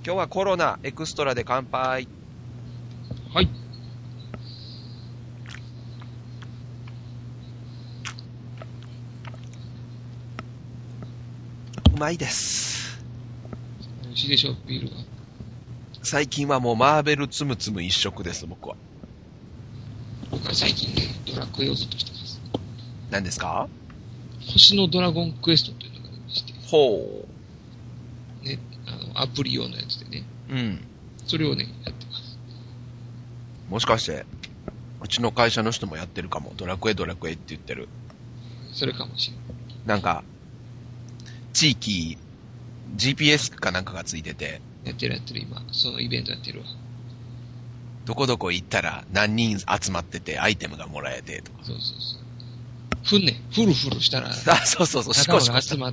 今日はコロナエクストラで乾杯。 はい。 うまいです。 美味しいでしょ、ビールは。 最近はもうマーベルつむつむ一色です、僕は。 僕は最近ね、ドラクエをずっとしてます。 何ですか？ 星のドラゴンクエストというのがありまして。 ほう。ね、アプリ用のやつでね。 うん。 それをね、やってます。 もしかして、うちの会社の人もやってるかも。ドラクエって言ってる。 それかもしれない。 なんか、地域、GPS かなんかがついてて。 やってる今。そのイベントやってるわ。 どこどこ行ったら何人集まっててアイテムがもらえてとか。 そうそうそう。フルしたら。 そう。 仲間が集まって。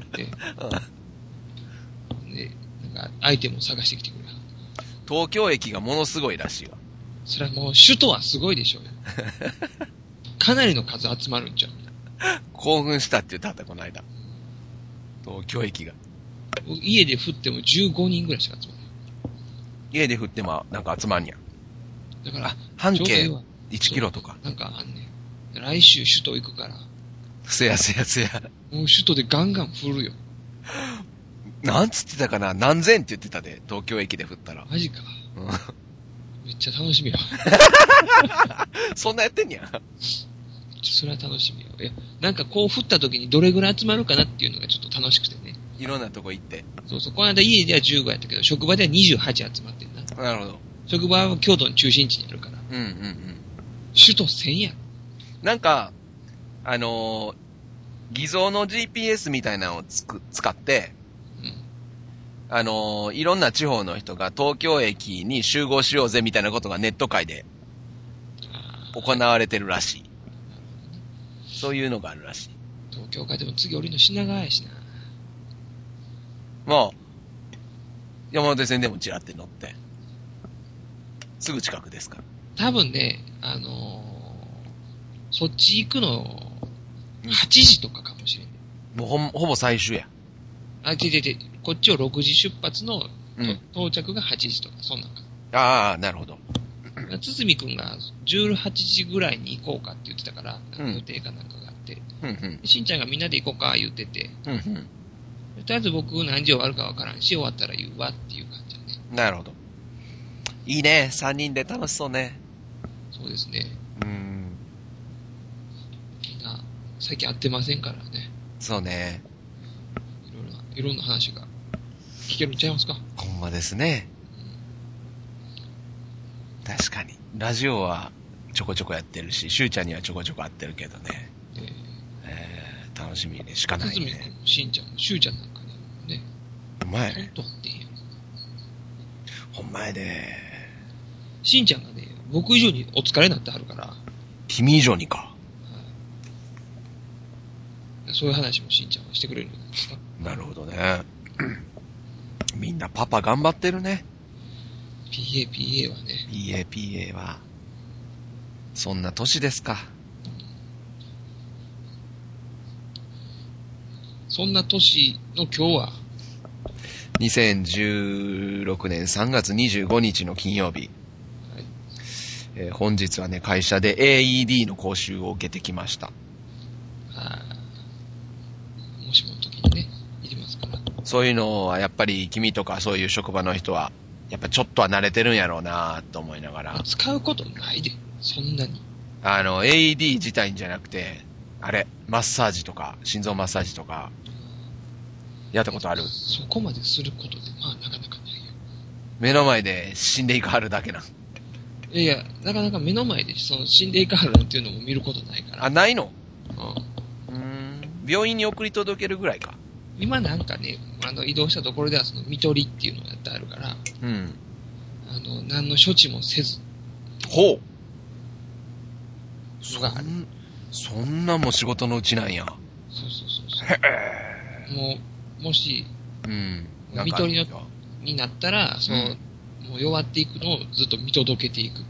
で、なんか、アイテムを探してきてくれ。 東京駅がものすごいらしいわ。 それはもう、首都はすごいでしょうよ。かなりの数集まるんちゃう。 興奮したって言ってはった、この間。東京駅が。 家で降っても15人ぐらいしか集まらない。 家で降ってもなんか集まんや。 だから、 半径1キロとか。 なんかあんねん。来週首都行くから。 せや。 もう首都でガンガン降るよ。 なんつってたかな、何千って言ってたで、東京駅で降ったら。 マジか。めっちゃ楽しみや。 そんなやってんや。 それは楽しみよ。いや、なんかこう降った時にどれぐらい集まるかなっていうのがちょっと楽しくてね。 いろんなとこ行って。 そう。この間家では15やったけど、職場では28集まってんな。 なるほど。 職場は京都の中心地にあるから。首都1000や。 なんか、偽造の GPS みたいなのを使って、いろんな地方の人が東京駅に集合しようぜみたいなことがネット界で行われてるらしい。そういうのがあるらしい。 東京かでも次降りるの品川やしな。 もう、山手線でもちらって乗って。すぐ近くですから。 多分ね、そっち行くの、8時とかかもしれん。 もうほぼ最終や。 こっちを6時出発の、到着が8時とか、そんなんか。 ああ、なるほど。 堤くんが18時ぐらいに行こうかって言ってたから、予定かなんかがあって、しんちゃんがみんなで行こうか言ってて、とりあえず僕何時終わるかわからんし、終わったら言うわっていう感じだね。 なるほど。いいね、3人で楽しそうね。 そうですね。みんな、最近会ってませんからね。 そうね。 いろんな話が聞けるんちゃいますか。 ほんまですね。確かに。ラジオはちょこちょこやってるし、しゅうちゃんにはちょこちょこ会ってるけどね。楽しみでしかないね。 堤君、しんちゃんも、しゅうちゃんなんかね。 ほんまや。 ほんと会ってんや。 ほんまやで。 しんちゃんがね、僕以上にお疲れになってはるから。 君以上にか。 そういう話もしんちゃんはしてくれるんじゃないですか。 なるほどね。みんなパパ頑張ってるね。 PA はね。 PA は。そんな年ですか。 そんな年の今日は 2016年3月25日の金曜日。本日はね、会社で AED の講習を受けてきました。 もしもの時にね、いりますから。 そういうのはやっぱり君とかそういう職場の人は、やっぱちょっとは慣れてるんやろうなと思いながら。 使うことないで、そんなに。 AED 自体じゃなくて、マッサージとか、心臓マッサージとか、やったことある？ そこまですることで、まあなかなかないよ。 目の前で死んでいかはるだけなん。 いや、なかなか目の前で死んでいかはるなんていうのも見ることないから。 あ、ないの？病院に送り届けるぐらいか。 今なんかね、移動したところでは見取りっていうのをやってあるから、何の処置もせず。 ほう。そんなも仕事のうちなんや。 そう。もし、見取りになったら、もう弱っていくのをずっと見届けていく。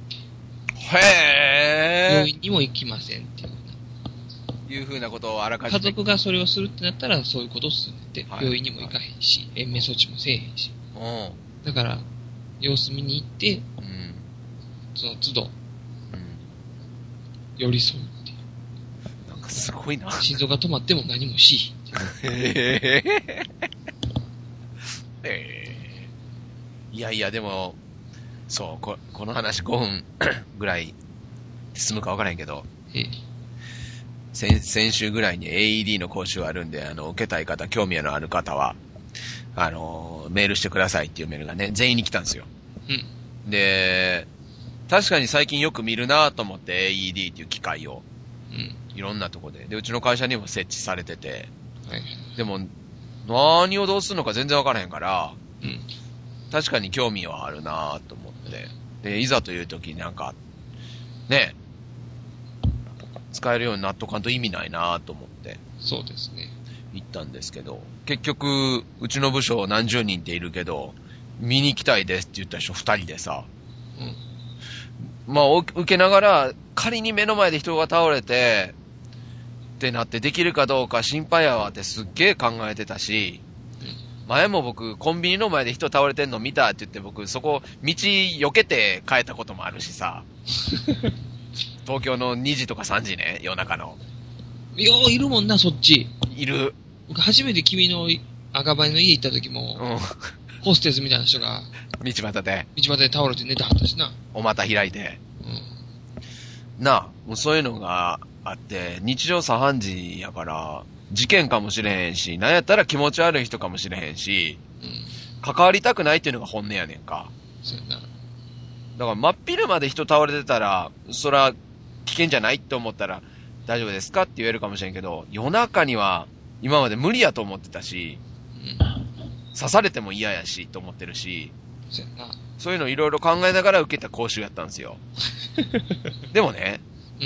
病院にも行きませんっていうふうなことをあらかじめ。 家族がそれをするってなったら、そういうことをするって、病院にも行かへんし、延命措置もせえへんし。だから、 様子見に行って、その都度、寄り添うっていう。 なんかすごいな。 心臓が止まっても何もしいやいや、でも、そう、この話5分ぐらい進むか分からへんけど、先週ぐらいに AED の講習あるんで、受けたい方、興味のある方は、メールしてくださいっていうメールがね、全員に来たんですよ。で、確かに最近よく見るなと思って AED っていう機械を、いろんなとこで。で、うちの会社にも設置されてて、でも、何をどうするのか全然分からへんから、確かに興味はあるなと思って。で、いざという時になんか、ね、使えるようになっとかんと意味ないなと思って。 そうですね。 行ったんですけど、結局、うちの部署何十人っているけど、見に行きたいですって言った人2人でさ、まあ、受けながら、仮に目の前で人が倒れて、ってなってできるかどうか心配やわってすっげえ考えてたし、前も僕、コンビニの前で人倒れてんの見たって言って僕、そこ、道避けて帰ったこともあるしさ、東京の2時とか3時ね、夜中の。 よういるもんな、そっち。 いる。 僕初めて君の赤羽の家行った時も、ホステスみたいな人が、 道端で倒れて寝てはったしな。 お股開いて。なあ、もうそういうのがあって、日常茶飯事やから、事件かもしれへんし、なんやったら気持ち悪い人かもしれへんし、関わりたくないっていうのが本音やねんか。 そうやな。 だから真っ昼まで人倒れてたら、そら危険じゃないって思ったら、大丈夫ですかって言えるかもしれんけど、夜中には今まで無理やと思ってたし、刺されても嫌やしと思ってるし、そういうのいろいろ考えながら受けた講習やったんですよ。でもね、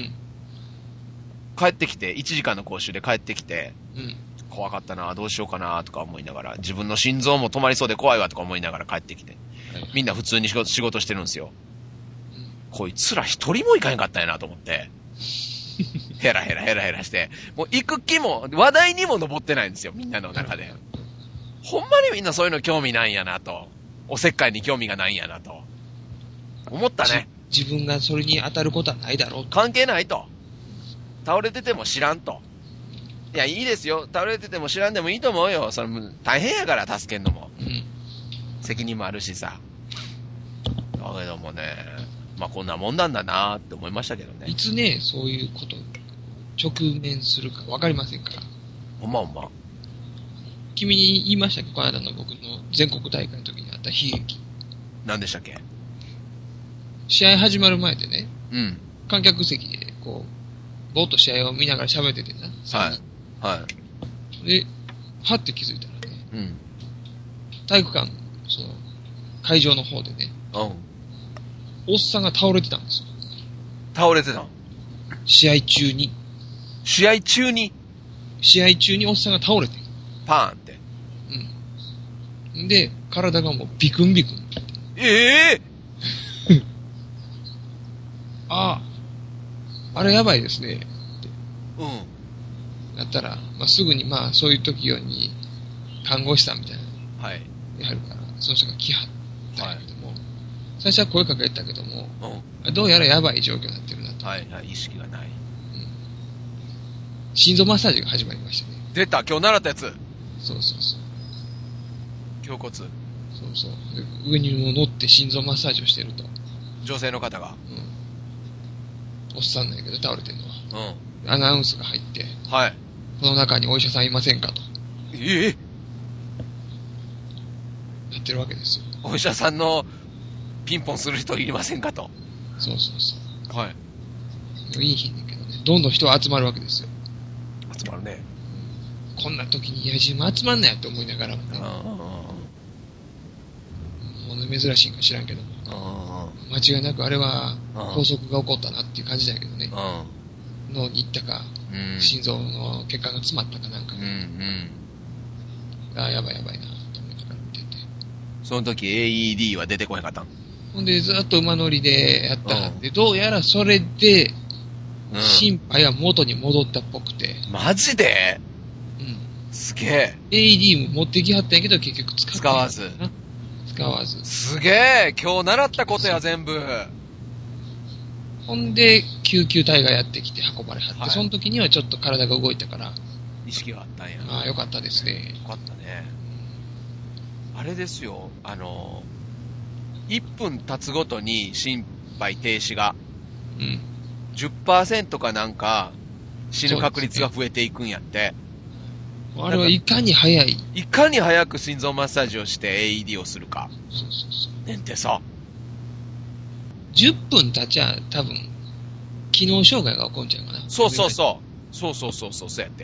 帰ってきて、1時間の講習で帰ってきて、怖かったな、どうしようかなとか思いながら、自分の心臓も止まりそうで怖いわとか思いながら帰ってきて、みんな普通に仕事してるんですよ。こいつら一人も行かへんかったんやなと思って、ヘラヘラして、もう行く気も、話題にも上ってないんですよ、みんなの中で。ほんまにみんなそういうの興味ないんやなと。おせっかいに興味がないんやなと。思ったね。 自分がそれに当たることはないだろうと。 関係ないと。倒れてても知らんと。いや、いいですよ。倒れてても知らんでもいいと思うよ。それ大変やから助けんのも。責任もあるしさ。だけどもね、まあこんなもんなんだなって思いましたけどね。 いつね、そういうこと直面するか分かりませんから。 ほんま。 君に言いましたっけ、この間の僕の全国大会の時にあった悲劇。 何でしたっけ？ 試合始まる前でね、観客席でこう、ぼーっと試合を見ながら喋っててな。 はい。 で、はって気づいたらね、体育館、その、会場の方でね、おっさんが倒れてたんですよ。 倒れてたん？ 試合中におっさんが倒れてパーンって。 で、体がもうビクンビクン。あれやばいですね。って。だったら、まあ、すぐにまあそういう時用に看護師さんみたいなのやるから、その人が来はったんやけども、最初は声かけたけども、どうやらやばい状況になってるなと。 意識がない。 心臓マッサージが始まりましたね。 出た、今日習ったやつ。 そう。 胸骨。 そう。上にも乗って心臓マッサージをしてると。 女性の方が。 おっさんなんやけど倒れてるのは。アナウンスが入って。この中にお医者さんいませんかと。やってるわけですよ。 お医者さんのピンポンする人いりませんかと。 そう。いい日ねんけどね。どんどん人が集まるわけですよ。 集まるね。 こんな時に野獣も集まんなよって思いながらもね。もの珍しいんか知らんけども。間違いなくあれは拘束が起こったなっていう感じだけどね。脳に行ったか、心臓の血管が詰まったかなんか。やばいなと思いながら見てて。 その時 AED は出てこへんかったん？ ほんでずっと馬乗りでやったんで、どうやらそれで、心肺は元に戻ったっぽくて。 マジで？すげえ。 AED も持ってきはったんやけど結局使わず。 使わず。 すげえ、今日習ったことや、全部。 ほんで、救急隊がやってきて運ばれはって、はい、その時にはちょっと体が動いたから。 意識があったんや。 ああ、よかったですね。 よかったね。あれですよ、1分経つごとに心肺停止が、うん。10% かなんか、死ぬ確率が増えていくんやって。 あれはいかに早い。 いかに早く心臓マッサージをして AED をするか。 そうそうそう。 ねんてさ。 10分経ちゃ多分、機能障害が起こんちゃうかな。 そうそうそう。そうやって。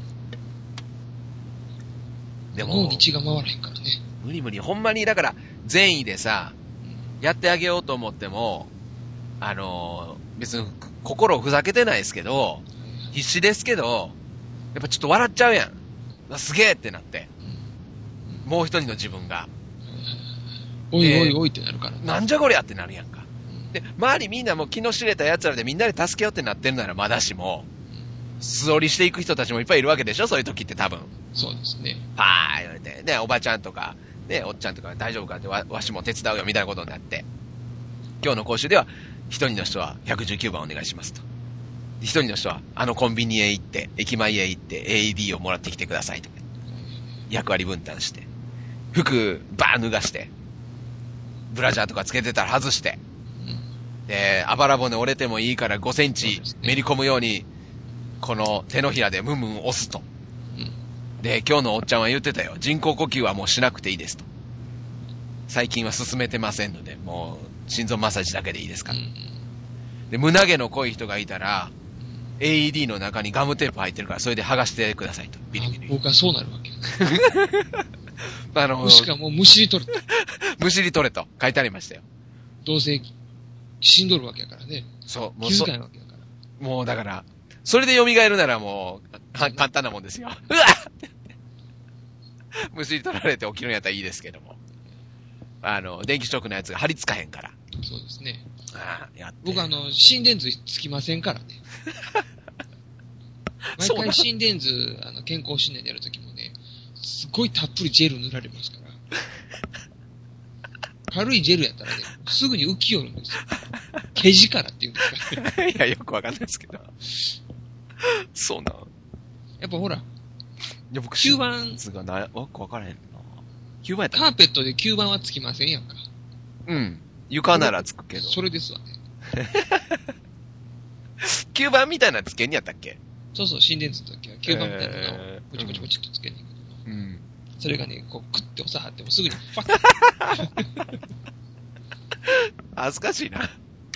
でも、脳に血が回らへんからね。 無理。ほんまに、だから、善意でさ、やってあげようと思っても、別に心をふざけてないですけど、必死ですけど、やっぱちょっと笑っちゃうやん。すげえってなって。もう一人の自分が。 おいおいってなるから。 なんじゃこりゃってなるやんか。で、周りみんなもう気の知れた奴らでみんなで助けようってなってるならまだしも、素折りしていく人たちもいっぱいいるわけでしょ、そういう時って多分。 そうですね。 パー言われて、ね、おばちゃんとか、ね、おっちゃんとか大丈夫かってわしも手伝うよみたいなことになって。今日の講習では、一人の人は119番お願いしますと。一人の人はコンビニへ行って、駅前へ行って AED をもらってきてくださいとか。役割分担して。服、バーン脱がして。ブラジャーとかつけてたら外して。で、あばら骨折れてもいいから5センチめり込むように、この手のひらでムンムン押すと。で、今日のおっちゃんは言ってたよ。人工呼吸はもうしなくていいですと。最近は進めてませんので、もう心臓マッサージだけでいいですから。で、胸毛の濃い人がいたら、AED の中にガムテープ入ってるから、それで剥がしてくださいと。ビリビリ。 僕はそうなるわけ。もしくはもうむしり取れと。 むしり取れと書いてありましたよ。 どうせ死んどるわけやからね。 そう。 気づかないわけやから。 もうだから、それで蘇るならもう、簡単なもんですよ。うわっむしり取られて起きるんやったらいいですけども。電気ショックのやつが張り付かへんから。 そうですね。 やって僕心電図つきませんからね。毎回心電図、健康診断でやるときもね、すごいたっぷりジェル塗られますから。軽いジェルやったらね、すぐに浮き寄るんですよ。毛力って言うんですか、 いや、よくわかんないですけど。そうなん。 やっぱほら、 いや、僕、 吸盤。 わからへんな。吸盤やったカーペットで吸盤はつきませんやんか。 うん。床ならつくけど。 それですわね。 吸盤みたいなのつけんやったっけ？ そうそう、心電図の時は吸盤みたいなのをポチポチポチっとつけんねんけど。うん。それがね、こう、クッて押さはってもすぐにファッ恥ずかしいな。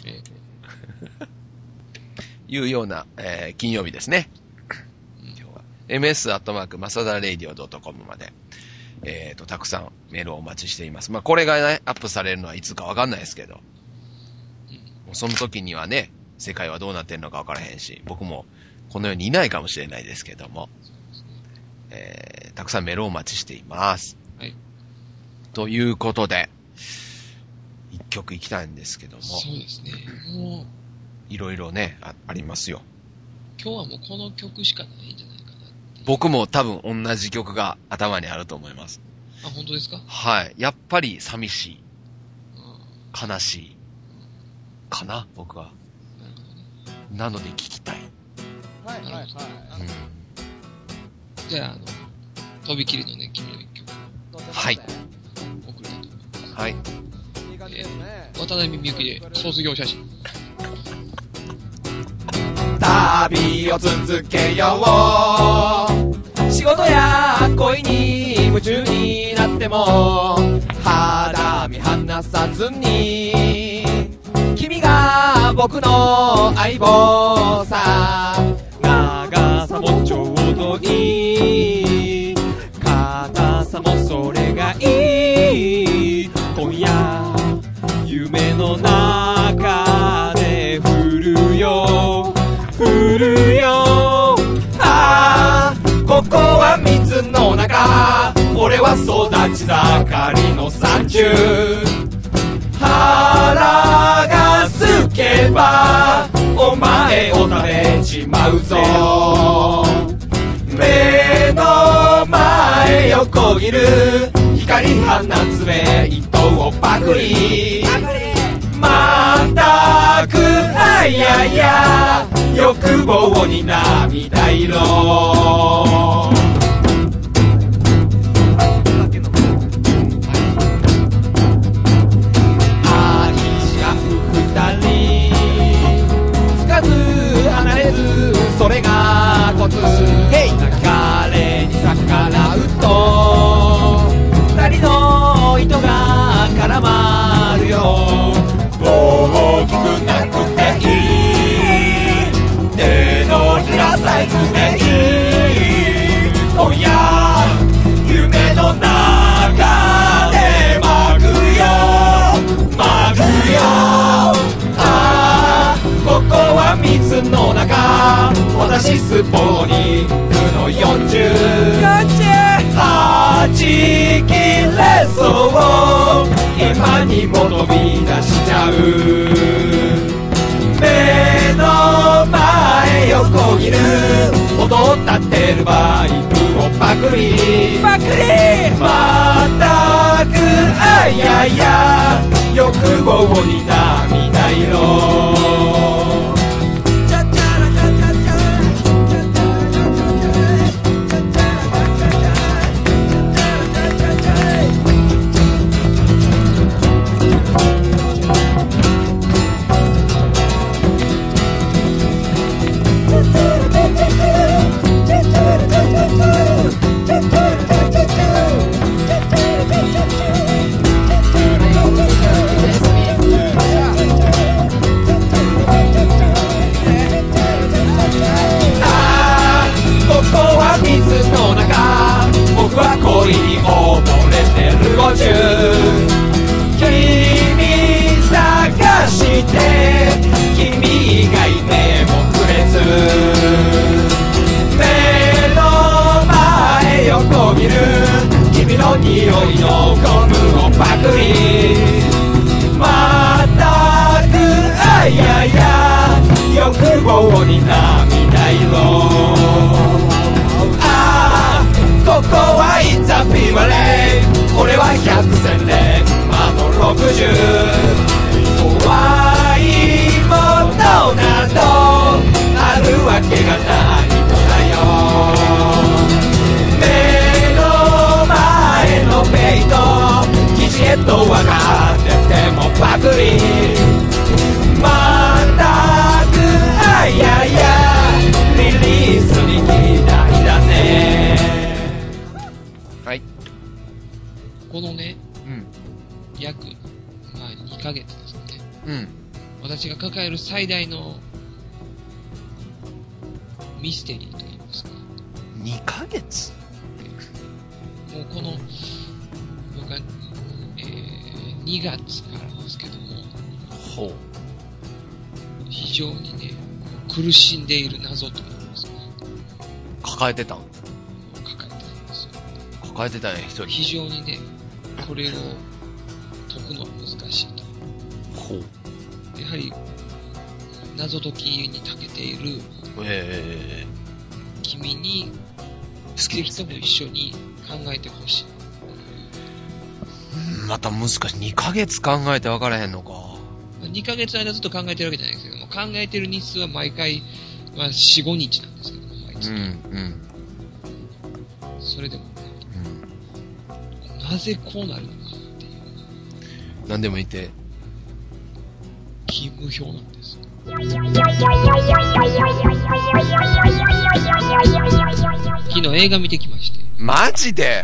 いうような、金曜日ですね。今日は ms@masada radio.com まで、たくさんメールをお待ちしています。まあ、これがね、アップされるのはいつかわかんないですけど、もうその時にはね、世界はどうなってるのかわからへんし、僕もこの世にいないかもしれないですけども、たくさんメールをお待ちしています。はい。ということで、一曲行きたいんですけども。 そうですね。もう、 いろいろね、ありますよ。 今日はもうこの曲しかないんじゃないかなって。 僕も多分同じ曲が頭にあると思います。 あ、本当ですか？ はい。やっぱり寂しい。悲しい。かな、僕は。なるほどね。なので聞きたい。 はいはいはい。じゃあ、とびきりのね、君の一曲。 はい。 送りたいと思います。 はい。 渡辺美幸で卒業写真。 旅を続けよう。仕事や恋に夢中になっても肌身離さずに君が僕の相棒さ。長さもちょうどいい、硬さもそれがいい。今夜夢の中で降るよ降るよ。ああ、ここは水の中、俺は育ち盛りの30。腹が空けばお前を食べちまうぞ。目の前前横切る光放つ目糸をパクリまったくあやや欲望に涙色愛し合う二人つかず離れずそれがコツ流れに逆らうと二人の糸が絡まるよ大きくなくていい手のひらサイズでいい今夜夢の中で巻くよ巻くよああここは水の中私スポーに布40はち切れそう今にも飛び出しちゃう目の前横切る踊ったってるバイクをパクリパクリまったくあやや欲望に涙色僕は恋に溺れてる50君探して君以外目もくれず目の前横切る君の匂いのゴムをパクリまったくあやや欲望に涙色ここはインザピバレイこれは百戦錬磨の60怖いものなどあるわけがないのだよ目の前のペイト生地へと分かっててもパクリまったくあややリリースに期待だねこのね、約、2ヶ月ですかね。私が抱える最大のミステリーといいますか。 2ヶ月もうこの、僕は、2月からですけども、 ほう。 非常にね、苦しんでいる謎といいますか。 抱えてたんですよ。 抱えてたんや、一人。 非常にね、これを解くのは難しいと。 ほう。 やはり、謎解きに長けている、君に、好きな人も一緒に考えてほしい。 また難しい。2ヶ月考えて分からへんのか。 2ヶ月の間ずっと考えてるわけじゃないですけども、考えてる日数は毎回、4、5日なんですけども、毎月。それでもね、なぜこうなるのかっていう。 何でも言って。 金無表なんです。昨日映画見てきまして。 マジで？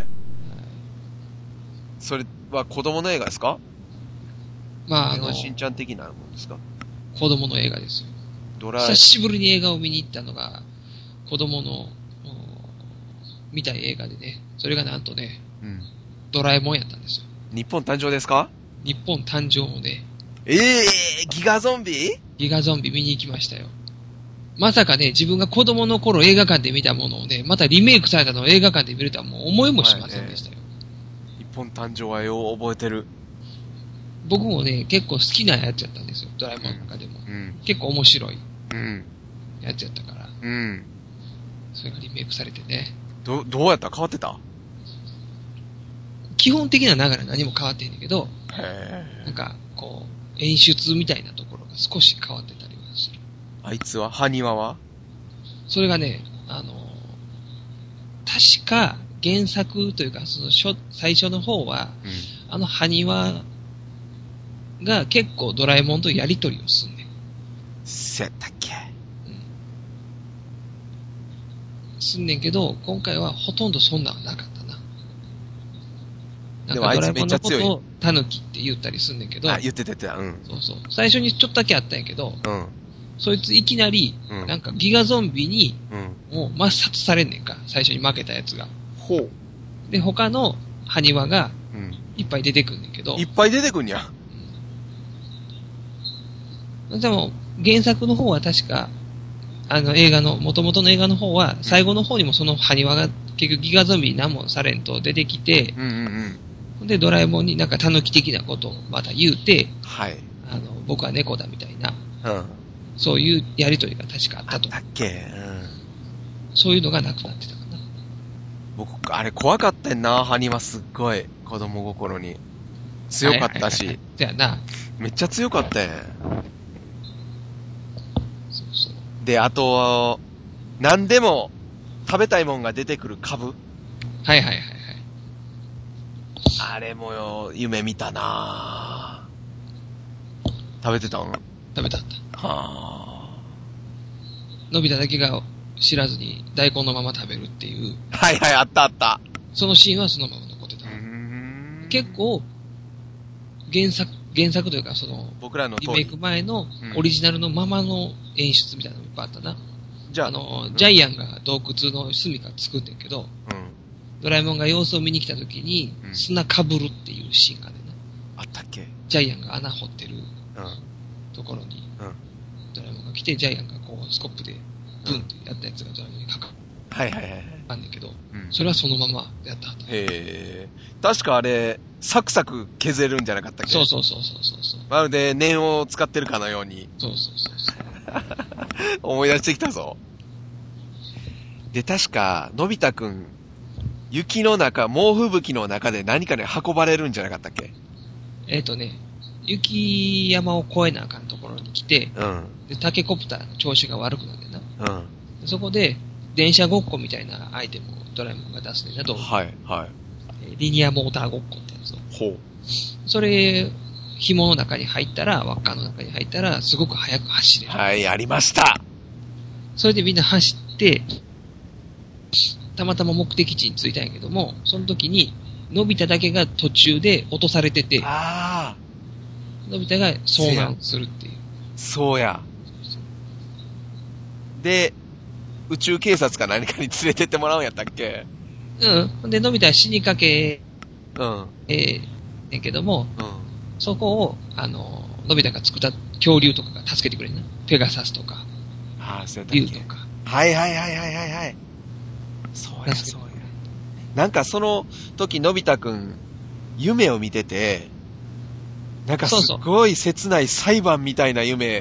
それは子供の映画ですか？しんちゃん的なもんですか？ 子供の映画ですよ。久しぶりに映画を見に行ったのが、子供の、見たい映画でね、それがなんとね、ドラえもんやったんですよ。 日本誕生ですか？ 日本誕生をね。 ギガゾンビ？ ギガゾンビ見に行きましたよ。まさかね、自分が子供の頃映画館で見たものをね、またリメイクされたのを映画館で見るとはもう思いもしませんでしたよ。 日本誕生はよう覚えてる。 僕もね、結構好きなやつやったんですよ、ドラえもんの中でも。結構面白いやつやったから。それがリメイクされてね。 どうやった？変わってた？ 基本的な流れは何も変わってへんねんけど、なんか、こう、演出みたいなところが少し変わってたりはする。 あいつは埴輪はそれがね、確か原作というか、最初の方は、埴輪が結構ドラえもんとやりとりをすんねん。 せやったっけ？ すんねんけど、今回はほとんどそんなんはなかったな。 でもあいつめっちゃ強い。 ドラえもんのことをタヌキって言ったりすんねんけど。 あ、言ってた。 そうそう。最初にちょっとだけあったんやけど、そいついきなり、なんかギガゾンビに、もう抹殺されんねんか。最初に負けたやつが。 ほう。 で、他の埴輪が、いっぱい出てくんねんけど。 いっぱい出てくんや。 でも、原作の方は確か、映画の、元々の映画の方は、最後の方にもその埴輪が結局ギガゾンビに何もされんと出てきて、で、ドラえもんになんかタヌキ的なことをまた言うて、 はい。 僕は猫だみたいな、そういうやりとりが確かあったと。 あったっけ？ そういうのがなくなってたかな。 僕、あれ怖かったんな、埴輪すっごい。子供心に。強かったし。 そやな。 めっちゃ強かったやん。 そうそう。 で、あと、何でも食べたいもんが出てくる株。 はい。 あれもよ、夢見たなぁ。食べてたん？ 食べた。 はぁ。のび太だけが知らずに大根のまま食べるっていう。 はい、あった。 そのシーンはそのまま残ってた。結構、原作というか、 僕らのリメイク前のオリジナルのままの演出みたいなのがいっぱいあったな。 じゃあ、 ジャイアンが洞窟の住処作ってんけど、ドラえもんが様子を見に来た時に、砂かぶるっていうシーンがね、 あったっけ？ ジャイアンが穴掘ってるところに、ドラえもんが来て、ジャイアンがこう、スコップで、ブンってやったやつがドラえもんにかかる。あんねんけど、それはそのままやったと。 確かあれ、サクサク削れるんじゃなかったっけ？ そう。 まるで念を使ってるかのように。 そう。 思い出してきたぞ。で、確か、のび太くん、雪の中、猛吹雪の中で何かに運ばれるんじゃなかったっけ？ 雪山を越えなあかんところに来て、で、タケコプターの調子が悪くなるんだな。そこで、電車ごっこみたいなアイテムをドラえもんが出すねんな、どうも。リニアモーターごっこってやつを。それ、紐の中に入ったら、輪っかの中に入ったら、すごく速く走れる。 はい、ありました。 それでみんな走って、たまたま目的地に着いたんやけども、その時に、のび太だけが途中で落とされてて、のび太が遭難するっていう。 そうや。で、宇宙警察か何かに連れてってもらうんやったっけ？ で、のび太は死にかけ、ねんけども、そこを、のび太が作った恐竜とかが助けてくれるな。ペガサスとか、竜とか。 はい。そうや。なんかその時、のび太くん、夢を見てて、なんかすごい切ない裁判みたいな夢、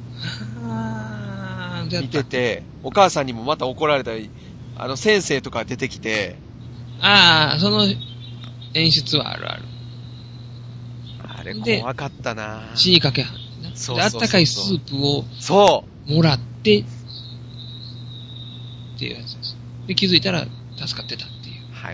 見てて、お母さんにもまた怒られたり、先生とか出てきて、 その演出はある。 あれ怖かったな。 死にかけはんな。で、あったかいスープを、もらって、っていうやつです。で、気づいたら助かってたっていう。 はい。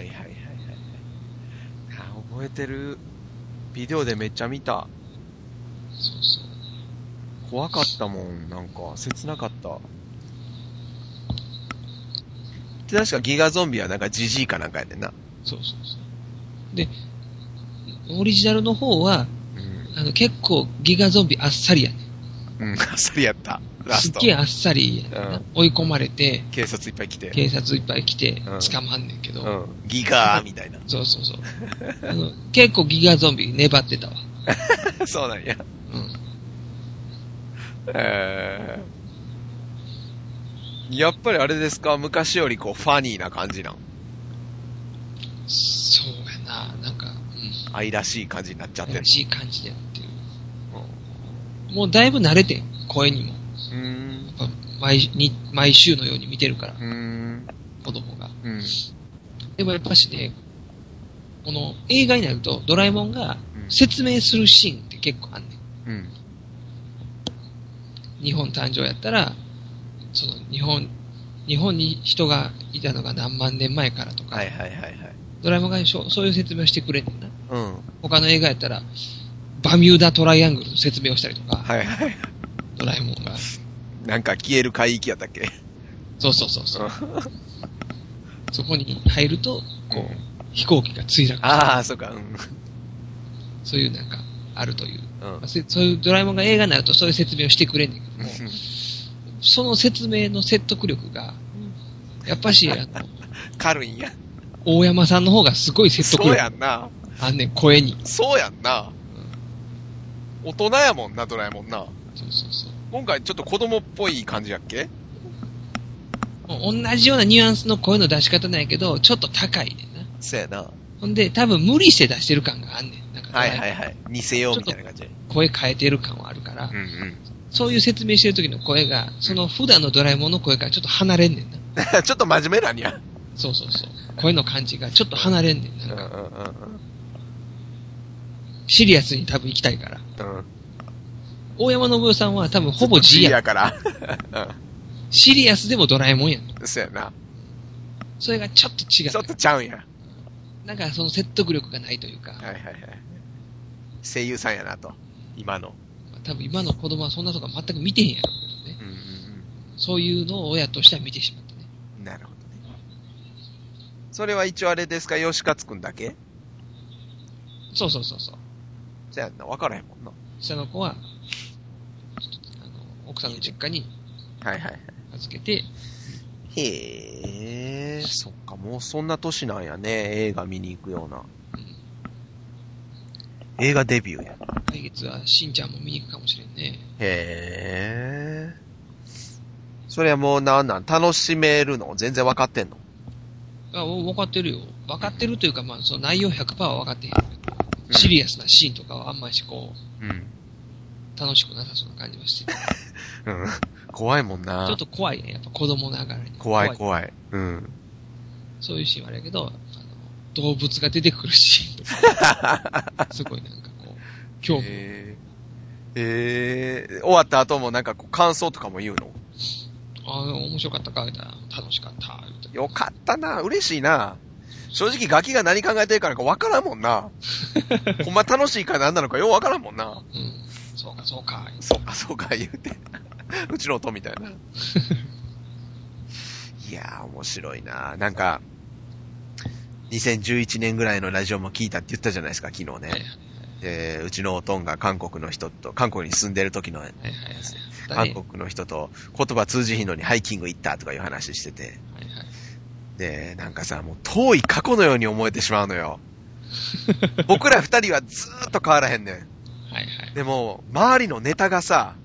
覚えてる。ビデオでめっちゃ見た。 そう。 怖かったもん、なんか、切なかった。確かギガゾンビはなんかジジイかなんかやねんな。 そう。で、オリジナルの方は、結構ギガゾンビあっさりやねん。あっさりやった。ラスト。 すっげえあっさりやねんな。追い込まれて、 警察いっぱい来て、 捕まんねんけど。 ギガーみたいな。 そう。結構ギガゾンビ粘ってたわ。 そうなんや。やっぱりあれですか、昔よりこうファニーな感じなん？ そうやな、なんか、 愛らしい感じになっちゃってる。 愛らしい感じでやってる。もうだいぶ慣れてん、声にも。やっぱ毎週のように見てるから。子供が。でもやっぱしね、 この映画になるとドラえもんが説明するシーンって結構あんねん。うん。日本誕生やったら、その日本に人がいたのが何万年前からとか、はいはいはいはい。ドラえもんがそういう説明をしてくれんねんな。うん。他の映画やったら、バミューダトライアングルの説明をしたりとか、はいはい。ドラえもんが。 なんか消える海域やったっけ？ そう。そこに入ると、こう、飛行機が墜落。 ああ、そうか。うん。 そういうなんか、あるという。うん、そういうドラえもんが映画になるとそういう説明をしてくれんねんけども、その説明の説得力が、やっぱし、 軽いんや。 大山さんの方がすごい説得力。 そうやんな。 あんねん、声に。 そうやんな。大人やもんな、ドラえもんな。そう。今回ちょっと子供っぽい感じやっけ？ 同じようなニュアンスの声の出し方なんやけど、ちょっと高いねんな。 そうやな。 ほんで、多分無理して出してる感があんねん。なんかはい。似せようみたいな感じ。 声変えてる感はあるから、そういう説明してる時の声が、その普段のドラえもんの声からちょっと離れんねんな。ちょっと真面目なんや。 そう。声の感じがちょっと離れんねん。なんか、シリアスに多分行きたいから。大山信代さんは多分ほぼ G やから。 シリアスでもドラえもんやん。 そうやな。 それがちょっと違う。 ちょっとちゃうんや。 なんかその説得力がないというか。 はい。声優さんやなと。今の。 多分今の子供はそんなとこ全く見てへんやろうけどね。そういうのを親としては見てしまってね。 なるほどね。それは一応あれですか、吉勝くんだけ？ そう。 そうやんな、分からへんもんな。 下の子は、奥さんの実家に、預けて、 へー、そっか、もうそんな年なんやね、映画見に行くような。映画デビューや。 来月はしんちゃんも見に行くかもしれんね。 へー。それはもう楽しめるの？全然分かってんの？ 分かってるよ。分かってるというか、まあ、その内容 100% は分かってへんけど、シリアスなシーンとかはあんまり楽しくなさそうな感じはしてる。 怖いもんな。 ちょっと怖いね。やっぱ子供ながらに。 怖い。 そういうシーンはあるけど、動物が出てくるシーンとか、すごいなんかこう、興味。 終わった後もなんかこう感想とかも言うの？ 面白かったか、楽しかった。 よかったな、嬉しいな。正直ガキが何考えてるからか分からんもんな。ほんま楽しいか何なのかよう分からんもんな。そうか言うて。うちの音みたいな。いやー面白いな。なんか、2011年ぐらいのラジオも聞いたって言ったじゃないですか、昨日ね。で、うちのおとんが韓国に住んでる時の、韓国の人と言葉通じひんのにハイキング行ったとかいう話してて。で、なんかさ、もう遠い過去のように思えてしまうのよ。僕ら二人はずーっと変わらへんねん。でも、周りのネタがさ、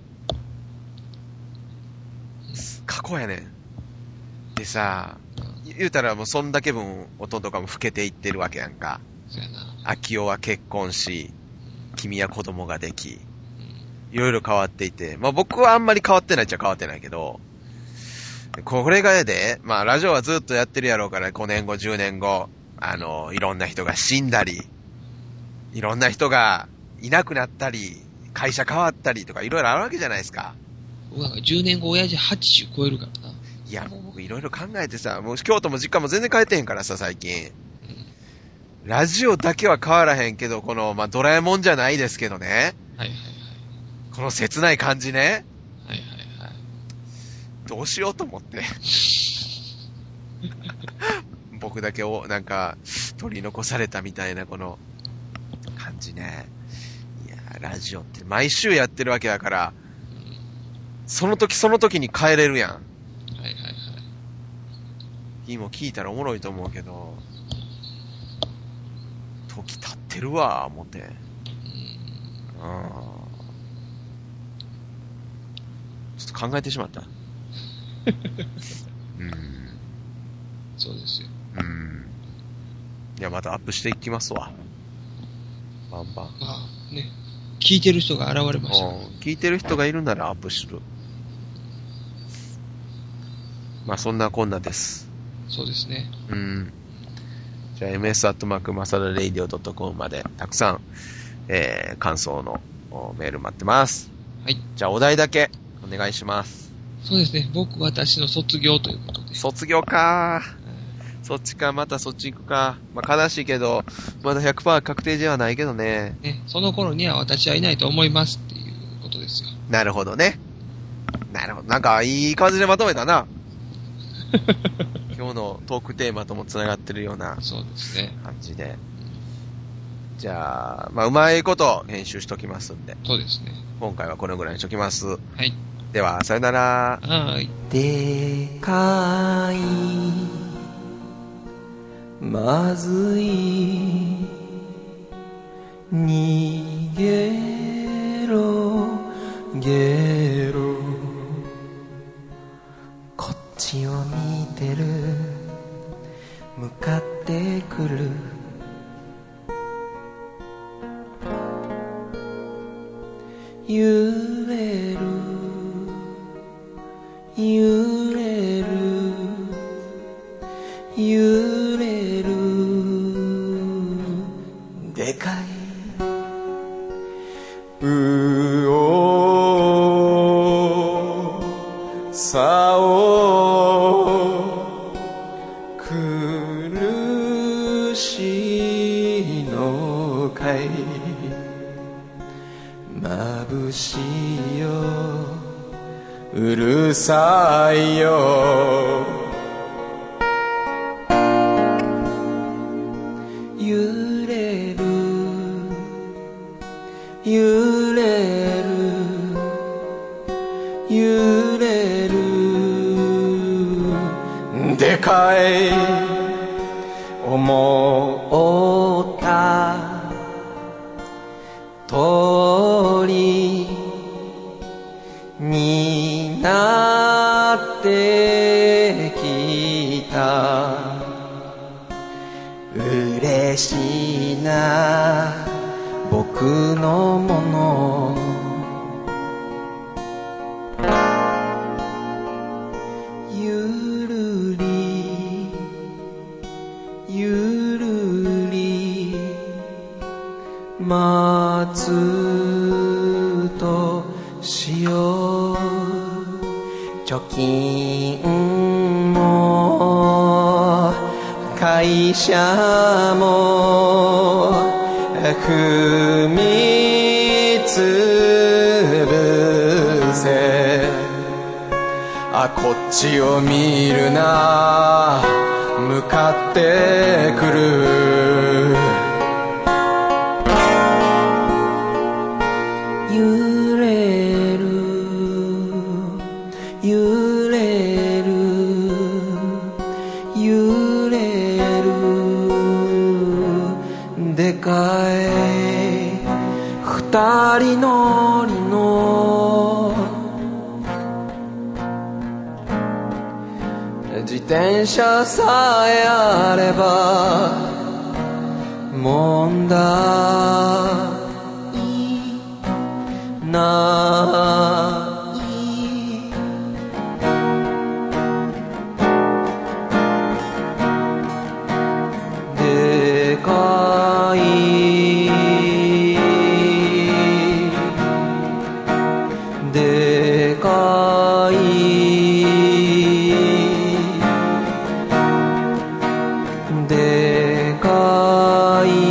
過去やねん。でさ、言うたらもうそんだけ分音とかも老けていってるわけやんか。秋代は結婚し、君は子供ができ、いろいろ変わっていて、まあ僕はあんまり変わってないっちゃ変わってないけど、これがで、まあラジオはずっとやってるやろうから5年後、10年後、いろんな人が死んだり、いろんな人がいなくなったり、会社変わったりとかいろいろあるわけじゃないですか。 僕なんか10年後親父80超えるからな。 いやもう僕いろいろ考えてさ、もう京都も実家も全然変えてへんからさ、最近。ラジオだけは変わらへんけど、この、まあ、ドラえもんじゃないですけどね。この切ない感じね。どうしようと思って。僕だけを、なんか、取り残されたみたいなこの感じね。いや、ラジオって毎週やってるわけだから、その時その時に変えれるやん。今聞いたらおもろいと思うけど、時経ってるわ、思って。ちょっと考えてしまった。 そうですよ。 いや、またアップしていきますわ。バンバン。 まあね、聞いてる人が現れました。 聞いてる人がいるならアップする。まあそんなこんなです。 そうですね。 じゃあ ms@masaradio.com までたくさん、感想のメール待ってます。 はい。 じゃあお題だけお願いします。 そうですね。僕、私の卒業ということで。 卒業かー。そっちか、またそっち行くか。まあ、悲しいけど、まだ 100% 確定ではないけどね。 ね、その頃には私はいないと思いますっていうことですよ。 なるほどね。なるほど。なんか、いい感じでまとめたな。今日のトークテーマとも繋がってるようなそうですね。 感じで。じゃあ、まあ、うまいこと編集しときますんで。 そうですね。 今回はこのぐらいにしときます。 はい。 では、さよなら。 はい。 でかいまずい逃げろゲロこっちを見てる向かってくる揺れる揺れる揺れるでかいうおさお苦しいのかい眩しいようるさいよ揺れる揺れる揺れるでかい思った通りになってきた嬉しいな僕のものゆるりゆるり待つとしよう貯金も会社も踏みつぶせあこっちを見るな向かってくる揺れる揺れる揺れるでかい二人乗りの自転車さえあれば問題ないでかいでかいでかい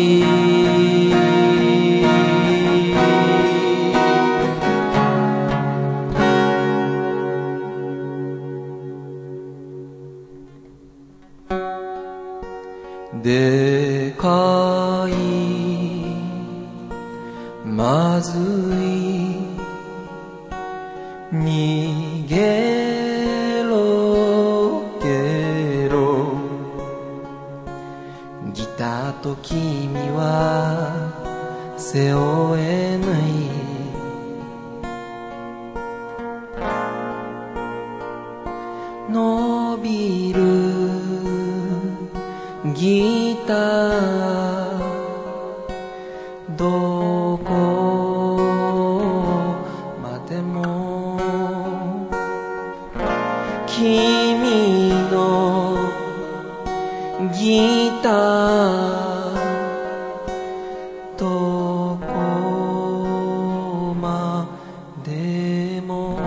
でかいまずい逃げろゲロギターと君は背負えない伸びるギターどこまでも君のギタたどこまでも。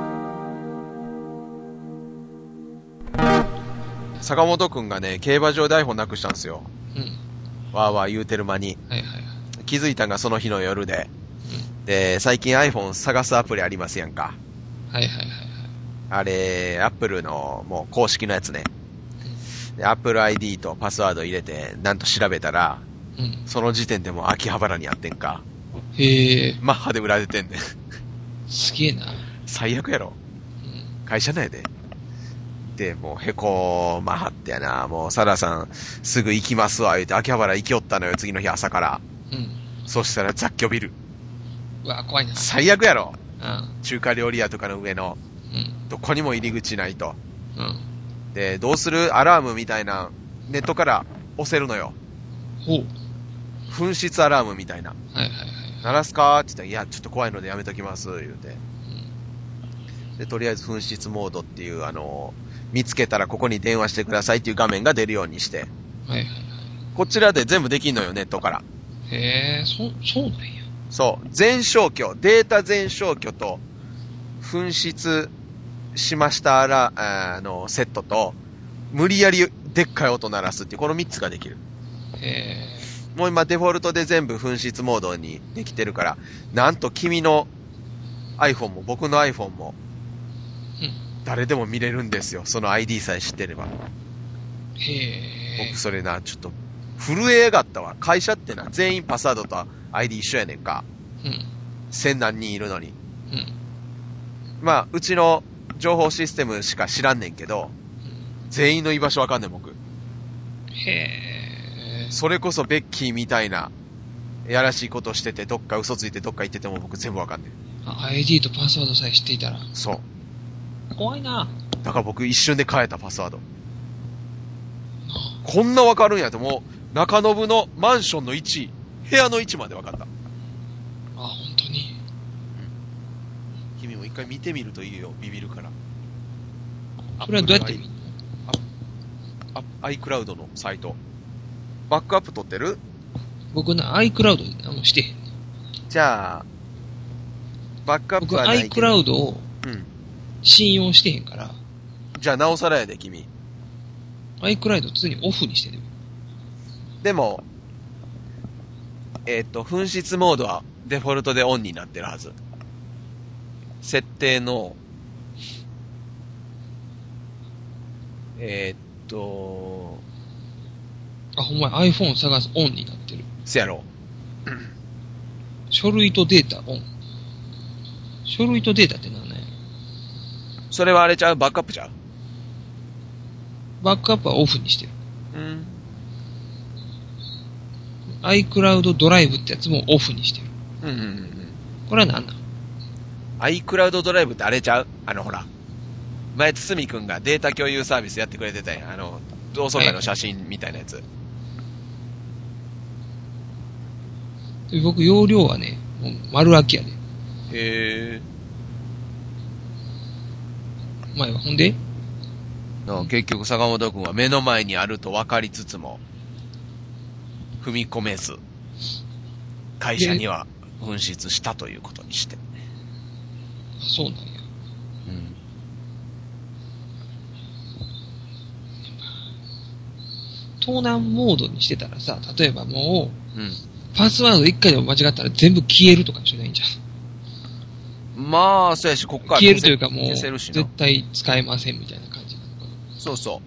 坂本くんがね、競馬場で iPhone なくしたんですよ。 うん。 わーわー言うてる間に。 はいはいはい。 気づいたんがその日の夜で。で、最近 iPhone 探すアプリありますやんか。 はいはいはいはい。 あれ、Apple のもう公式のやつね。で Apple ID とパスワード入れて、なんと調べたら、 うん。 その時点でもう秋葉原にあってんか。 へえ。 マッハで売られてんねん。 すげえな。 最悪やろ。 うん。 会社内で。で、もうへこまはってやな。もうサラさんすぐ行きますわ言うて秋葉原行きよったのよ、次の日朝から。 うん。 そしたら雑居ビル。 うわ、怖いな。 最悪やろ。 うん。 中華料理屋とかの上の。 うん。 どこにも入り口ないと。 うん。 で、どうするアラームみたいな、ネットから押せるのよ。 ほう。 紛失アラームみたいな。 はいはいはい。 鳴らすかって言ったら、いや、ちょっと怖いのでやめときます、言うて。 うん。 で、とりあえず紛失モードっていう、見つけたらここに電話してくださいっていう画面が出るようにして。 はいはいはい。 こちらで全部できんのよ、ネットから。 へえ、そうなんや。 そう。全消去、データ全消去と、紛失しましたセットと、無理やりでっかい音鳴らすっていう、この3つができる。 へもう今デフォルトで全部紛失モードにできてるから、なんと君の iPhone も僕の iPhone も、誰でも見れるんですよ。その ID さえ知ってれば。 え。へえ。 僕それな、ちょっと、震えやがったわ。会社ってな、全員パスワードと ID 一緒やねんか。 うん。 千何人いるのに。 うん。 まあ、うちの情報システムしか知らんねんけど、全員の居場所わかんねん、僕。 へえ。 それこそベッキーみたいな、やらしいことしてて、どっか嘘ついてどっか行ってても僕全部わかんねん。 ID とパスワードさえ知っていたら。 そう。 怖いな。 だから僕一瞬で変えたパスワード。こんなわかるんやと、もう、中延のマンションの位置、部屋の位置までわかった。 あ、本当に。 君も一回見てみるといいよ、ビビるから。 それはどうやって見るの？iCloud のサイト。バックアップ取ってる？ 僕な、iCloud でしてへん。 じゃあ、バックアップはないけど。 僕 iCloud を信用してへんから。 じゃあなおさらやで、君。 iCloud 常にオフにしてる。 でも、紛失モードはデフォルトでオンになってるはず。設定の、 あ、ほんまや iPhone 探すオンになってる。 せやろ。 書類とデータオン。書類とデータって何ね？ それはあれちゃう？バックアップちゃう？ バックアップはオフにしてる。 うん。 iCloud ドライブってやつもオフにしてる。 うんうんうん。 これは何なん？ iCloud ドライブってあれちゃう？ほら。前、つつみくんがデータ共有サービスやってくれてたやん。同窓会の写真みたいなやつ。 僕、容量はね、もう丸空きやで。 へ前はほんで結局坂本くんは目の前にあると分かりつつも、踏み込めず、会社には紛失したということにして。 そうなんや。 うん。 盗難モードにしてたらさ、例えばもう、 パスワード1回でも間違ったら全部消えるとかじゃないんじゃん。 まあ、そうやし、こっから消えるというかもう、 絶対使えませんみたいな感じなのかな。 そうそう。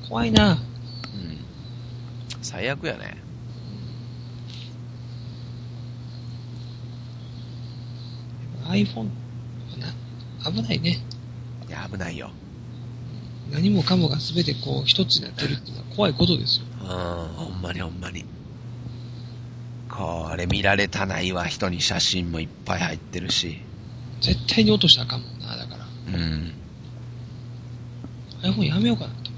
怖いな。 うん。最悪やね。 iPhone は危ないね。 いや、危ないよ。 何もかもが全てこう一つになってるっていうのは怖いことですよ。 ほんまにほんまに。これ見られたないわ。人に写真もいっぱい入ってるし。 絶対に落としたらあかんもんな、だから。 うん。 iPhone やめようかなと。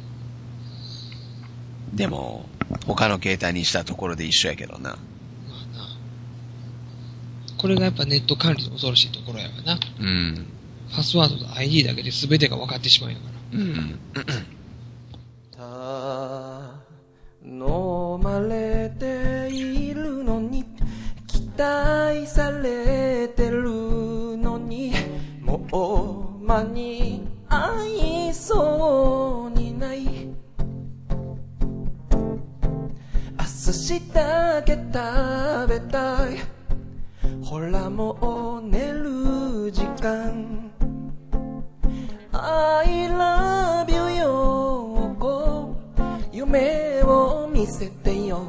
でも、他の携帯にしたところで一緒やけどな。 まあな。これがやっぱネット管理の恐ろしいところやわな。 うん。 パスワードと ID だけで全てが分かってしまうんやから。 うん。 寿司だけ食べたい。ほらもう寝る時間。I love you よ子、夢を見せてよ。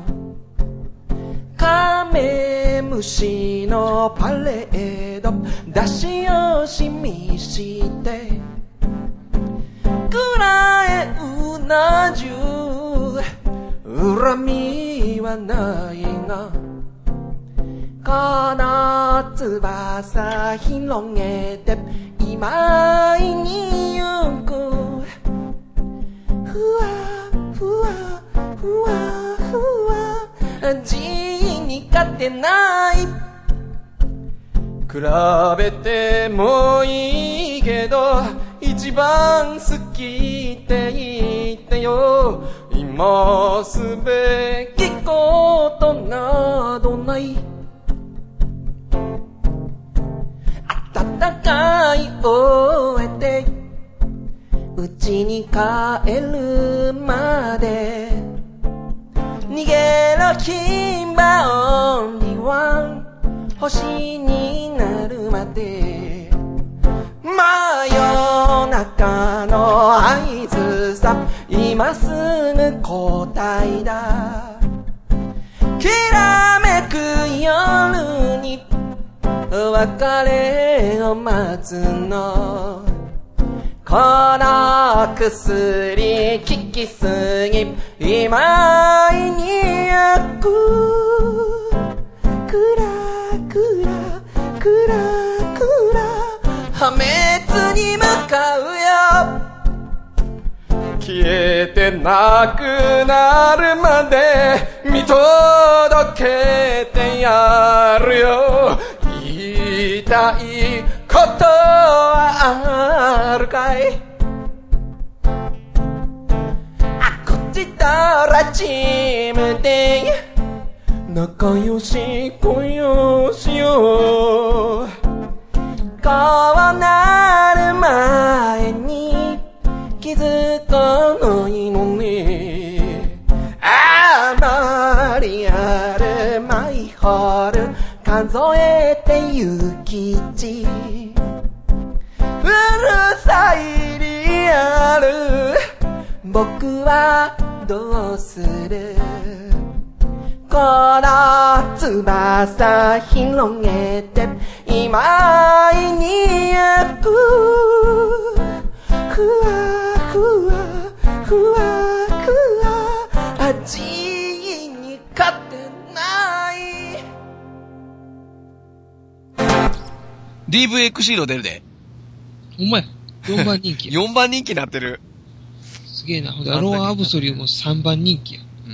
カメムシのパレード、出し惜しみしてくらえうな重、恨みはないが、この翼広げて今井に行く。ふわふわふわふわ、Gに勝てない。比べてもいいけど一番好きって言ってよ。今すべきことなどない。暖かい終えて家に帰るまで、逃げろヒンバオンリワン、星になるまで。真夜中の合図さ、今すぐ答えだ。きらめく夜に別れを待つの。この薬効きすぎ今井に焼く。クラクラクラクラ破滅に向かうよ。消えてなくなるまで見届けてやるよ。言いたいことはあるかい。あ、こっちとらチームで仲良し恋をしよう。こうなる前に気づかないのに。あまりあるマイホール数えてゆきち。うるさいリアル、僕はどうする。この翼広げて今井に行く。ふわふわふわふわ、味に勝てない。 DV エクシード出るで。 お前4番人気や。 4番人気になってる。 すげえな。ほんでアロアアブソリューも3番人気や。 うん。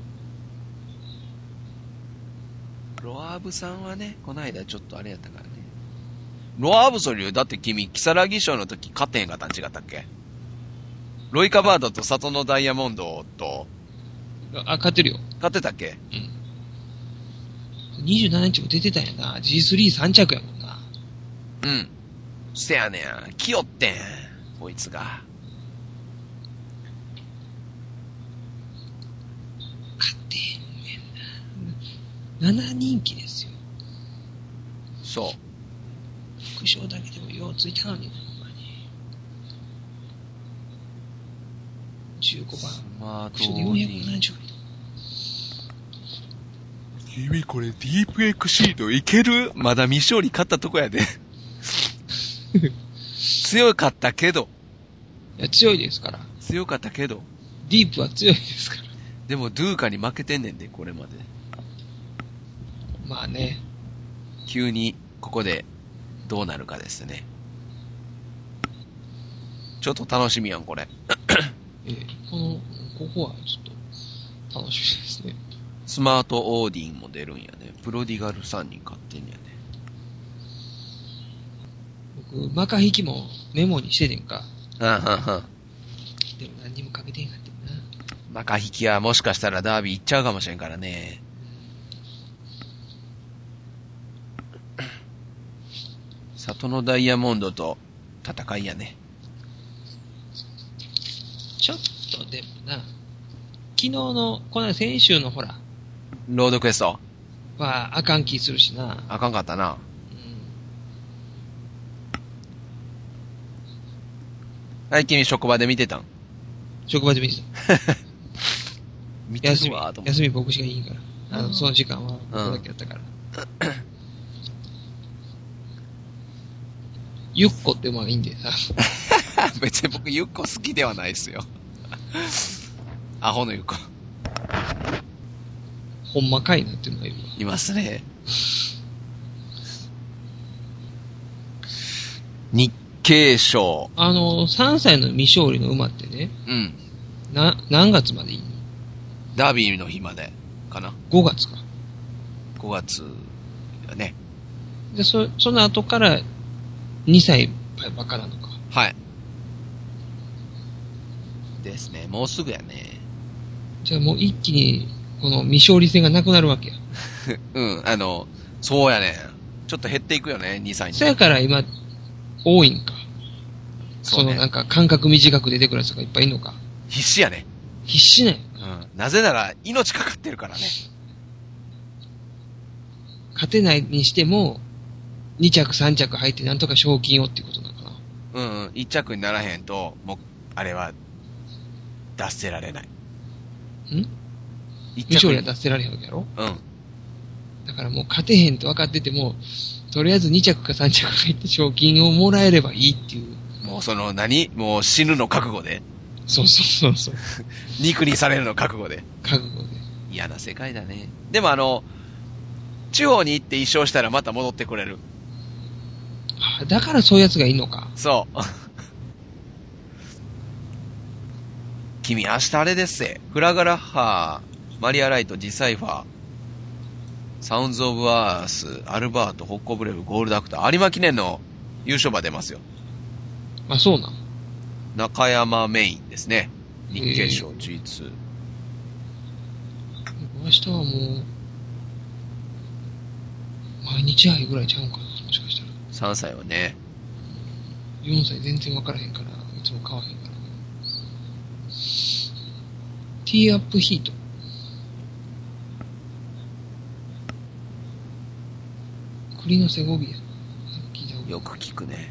ロアブさんはね、この間ちょっとあれやったからね。ロアアブソリュー、だって君、キサラギ賞の時勝てへんかったん違ったっけ。ロイカバードと里のダイヤモンドと。 あ、勝ってるよ。 勝ってたっけ。 うん。27日も出てたんやな。G33 着やもんな。 うん。せやねん。来よってん。こいつが。 勝ってへんねんな。7人気ですよ。 そう。 副賞だけでもようついたのに、ほんまに。15番。 スマート副賞で470。 君これディープエクシードいける？まだ未勝利勝ったとこやで。強かったけど。 いや、強いですから。 強かったけど。 ディープは強いですから。 でもドゥーカに負けてんねんで、これまで。 まあね。 急にここでどうなるかですね。ちょっと楽しみやん、これ。 ここはちょっと楽しみですね。 スマートオーディンも出るんやね。プロディガル3人買ってんやね。 僕、マカ引きもメモにしててんか。 でも何にもかけてんかってんな。 マカ引きはもしかしたらダービー行っちゃうかもしれんからね。里のダイヤモンドと戦いやね。 ちょっとでもな、昨日の、この先週のほら、 ロードクエストはあかん気するしな。 あかんかったな。最近職場で見てたん？ 職場で見てた。 見てるわと思って。 休み僕しかいいから。その時間は僕だけやったから。ゆっこって馬がいいんでさ。 別に僕ゆっこ好きではないですよ。アホのゆっこ。 ほんまかいなっていうのがいるわ。 いますね。日経賞。 3歳の未勝利の馬ってね。 うん。 何月までいいの？ ダービーの日までかな。 5月か。 5月だね。 で、その後から2歳ばっかなのか。 はい。ですね。もうすぐやね。 じゃあもう一気に、この未勝利戦がなくなるわけや。 うん、そうやね。ちょっと減っていくよね、2歳に。 そやから今、多いんか。 そうね。 なんか間隔短く出てくるやつがいっぱいいるのか。 必死やね。 必死ね。 うん。なぜなら、命かかってるからね。 勝てないにしても、2着3着入ってなんとか賞金をっていうことなのかな。 うんうん。1着にならへんと、もう、あれは、出せられない。 未勝利は出せられへんわけやろ？ うん。 だからもう勝てへんと分かってても、とりあえず2着か3着入って賞金をもらえればいいっていう。 もうもう死ぬの覚悟で。 そう。 肉にされるの覚悟で。 覚悟で。 嫌な世界だね。でも地方に行って一勝したらまた戻ってくれる。 だからそういうやつがいいのか。 そう。君明日あれですぜ。フラガラッハー、マリアライト、ディサイファー、サウンズオブアース、アルバート、ホッコブレフ、ゴールドアクター、有馬記念の優勝馬出ますよ。 あ、そうなん。 中山メインですね。日経賞 G2。 明日はもう、毎日杯ぐらいちゃうんかな、もしかしたら。 3歳はね。 4歳全然分からへんから、いつも買わへんから。ティーアップヒート。栗のセゴビア。 よく聞くね。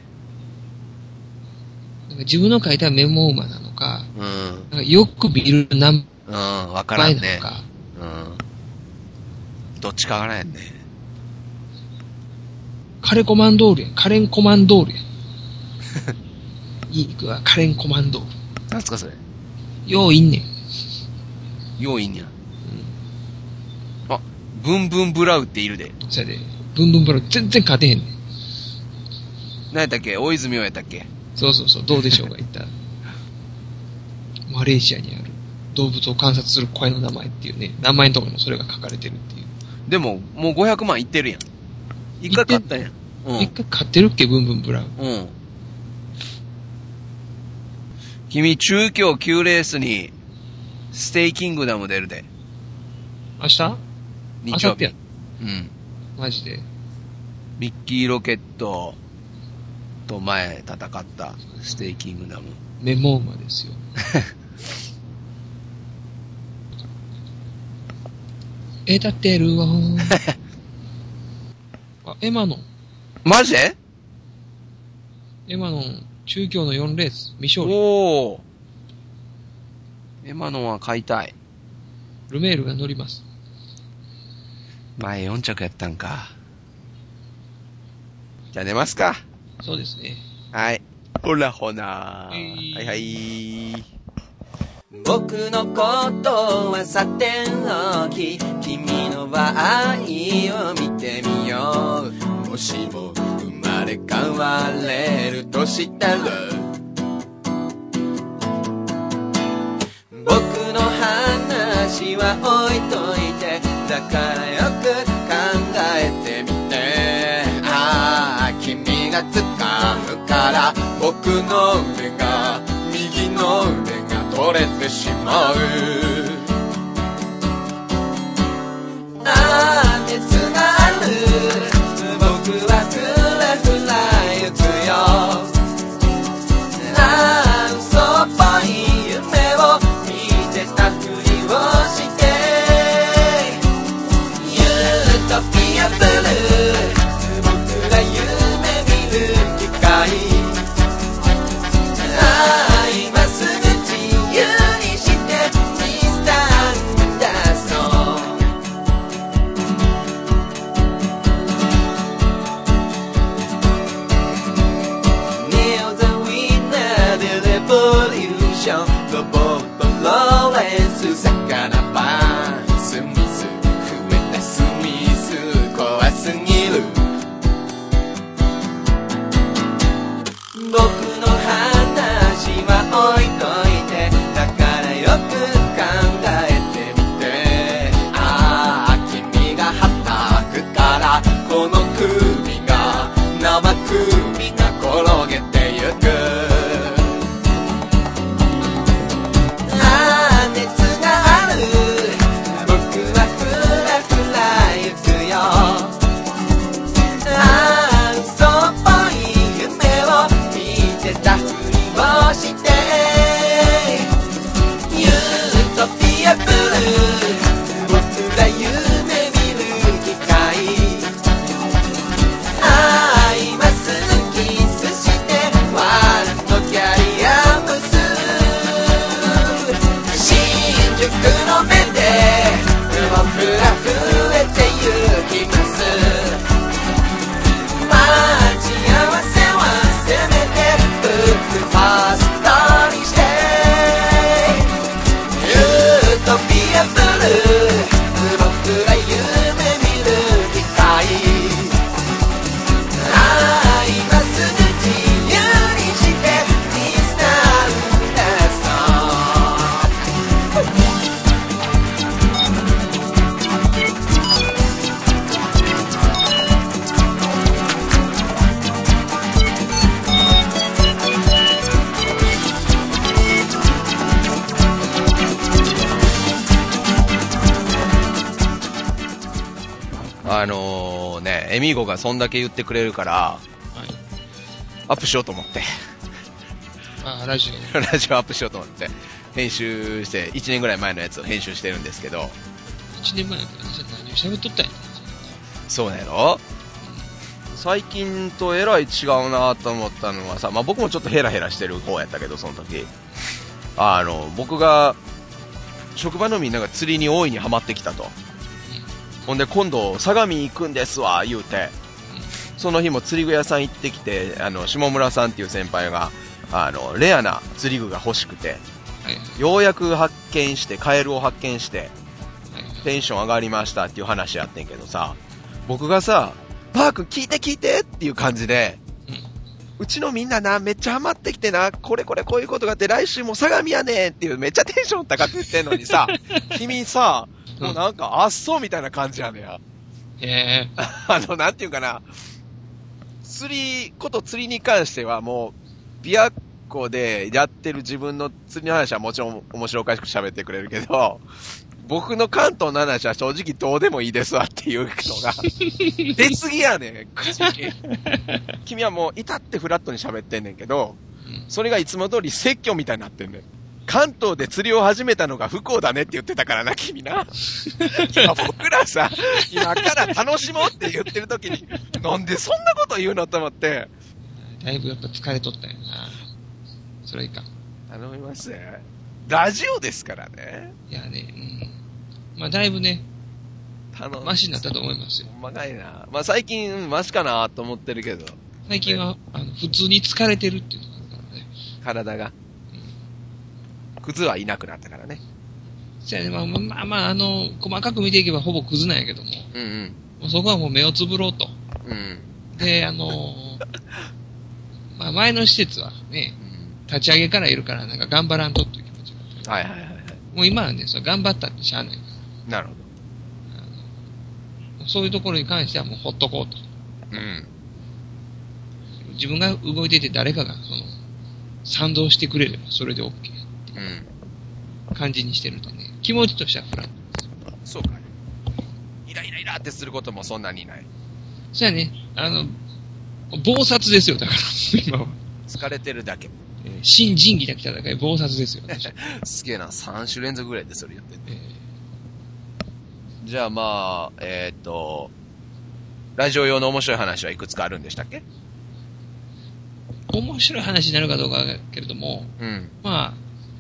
なんか自分の書いたメモ馬なのか、 うん。なんかよく見る名前わからんね。 なのか。 どっちかわからんね。 カレンコマンドールや。カレンコマンドールや。いいわ、カレンコマンドール。 なんすかそれ。 よういんねん。 よういんや。あ、ブンブンブラウっているで。 そやで、ブンブンブラウ全然勝てへんねん。 何やったっけ？大泉洋やったっけ？ そう、どうでしょうが言った。マレーシアにある動物を観察する小屋の名前っていうね、名前のところにもそれが書かれてるっていう。 でも、もう500万いってるやん。一回買ったやん。 一回買ってるっけ、ブンブンブラウン。 うん。君、中京9レースに、ステイキングダム出るで。 明日？ 日曜日。 や。 うん。 マジで。 ミッキーロケットと前戦ったステイキングダム。 メモ馬ですよ。立ってるわあ、エマノン。 マジで？ エマノン、中京の4レース、未勝利。 おー。エマノンは買いたい。 ルメールが乗ります。 前4着やったんか。じゃあ寝ますか。 そうですね。 はい。ほらほなはいはい。 僕のことはさておき、君の場合を見てみよう。もしも生まれ変われるとしたら、僕の話は置いといて、だからよく考えてみて。ああ、君が掴むから僕の腕が、右の腕が取れてしまう。ああ、熱がある。僕はフラフラ打つよ。ああ、嘘っぽい夢を見てたふりをして、 エミーゴがそんだけ言ってくれるから、はい、アップしようと思って。 ラジオラジオアップしようと思って、編集して、1年ぐらい前のやつを編集してるんですけど。 1年前やから何を喋っとったんや。 そうやろ、最近とえらい違うなと思ったのはさ、まあ、僕もちょっとヘラヘラしてる方やったけど、その時。僕が、職場のみんなが釣りに大いにハマってきたと。ほんで今度相模行くんですわ言うて、その日も釣り具屋さん行ってきて、下村さんっていう先輩がレアな釣り具が欲しくて、ようやく発見してカエルを発見してテンション上がりましたっていう話やってんけどさ、僕がさ、パー君聞いて聞いてっていう感じで、うちのみんななめっちゃハマってきてな、これこういうことがあって来週も相模やねんっていうめっちゃテンション高く言ってんのにさ君さ、もうなんか、あっそうみたいな感じやねや。なんていうかな、釣りに関してはもう、琵琶湖でやってる自分の釣りの話はもちろん面白おかしく喋ってくれるけど、僕の関東の話は正直どうでもいいですわっていうのが、出過ぎやねん、君はもう、至ってフラットに喋ってんねんけど、それがいつも通り説教みたいになってんねん。関東で釣りを始めたのが不幸だねって言ってたからな、君な。いや、僕らさ、今から楽しもうって言ってる時に、なんでそんなこと言うのと思って。 だいぶやっぱ疲れとったよな。それいかん。 頼みますよ。ラジオですからね。 いやね、まあだいぶね、マシになったと思いますよ。 まがいな。まあ最近、マシかなと思ってるけど。 最近は、普通に疲れてるっていうのがあるからね。 体が。クズはいなくなったからね。 そうやね、細かく見ていけばほぼクズなんやけども。もうそこはもう目をつぶろうと。で、まあ前の施設はね、立ち上げからいるからなんか頑張らんとっていう気持ちがあって。もう今はね、頑張ったってしゃあないから。 なるほど。そういうところに関してはもうほっとこうと。自分が動いてて誰かが賛同してくれればそれで OK。感じにしてるとね、気持ちとしてはフラットです。そうかね。イラってすることもそんなにない。 そうやね、暴殺ですよ、だから、今は。 疲れてるだけ。 新仁義なき戦い、暴殺ですよ。 すげえな、3週連続ぐらいでそれ言ってて。じゃあまあ、ラジオ用の面白い話はいくつかあるんでしたっけ？ 面白い話になるかどうかだけれども、まあ、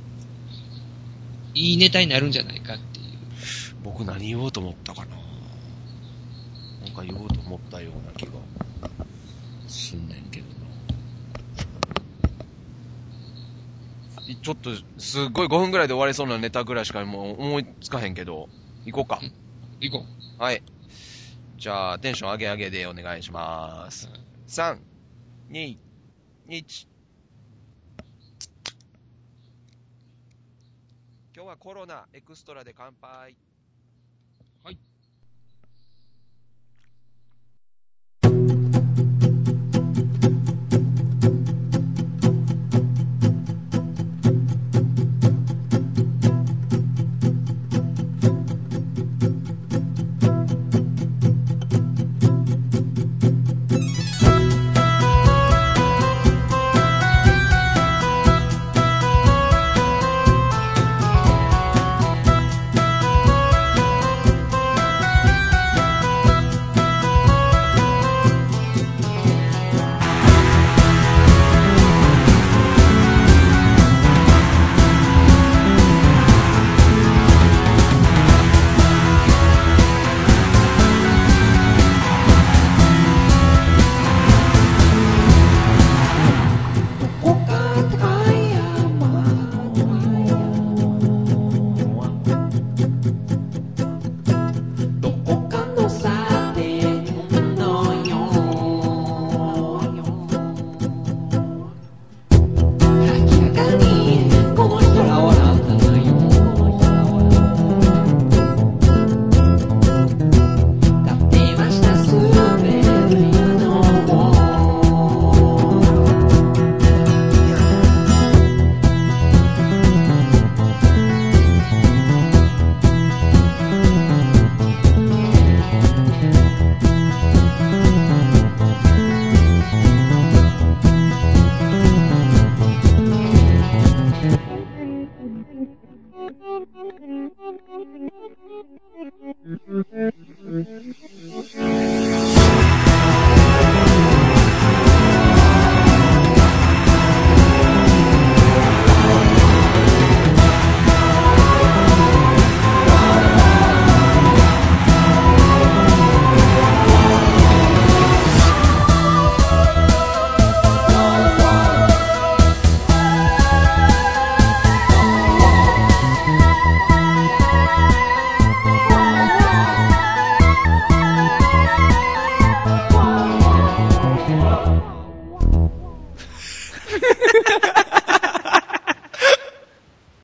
いいネタになるんじゃないかっていう。 僕何言おうと思ったかな。なんか言おうと思ったような気がすんねんけどな。ちょっとすっごい5分ぐらいで終わりそうなネタぐらいしかもう思いつかへんけど、行こうか。 行こう。はい。じゃあテンション上げでお願いします。3、2、1。今日はコロナエクストラで乾杯。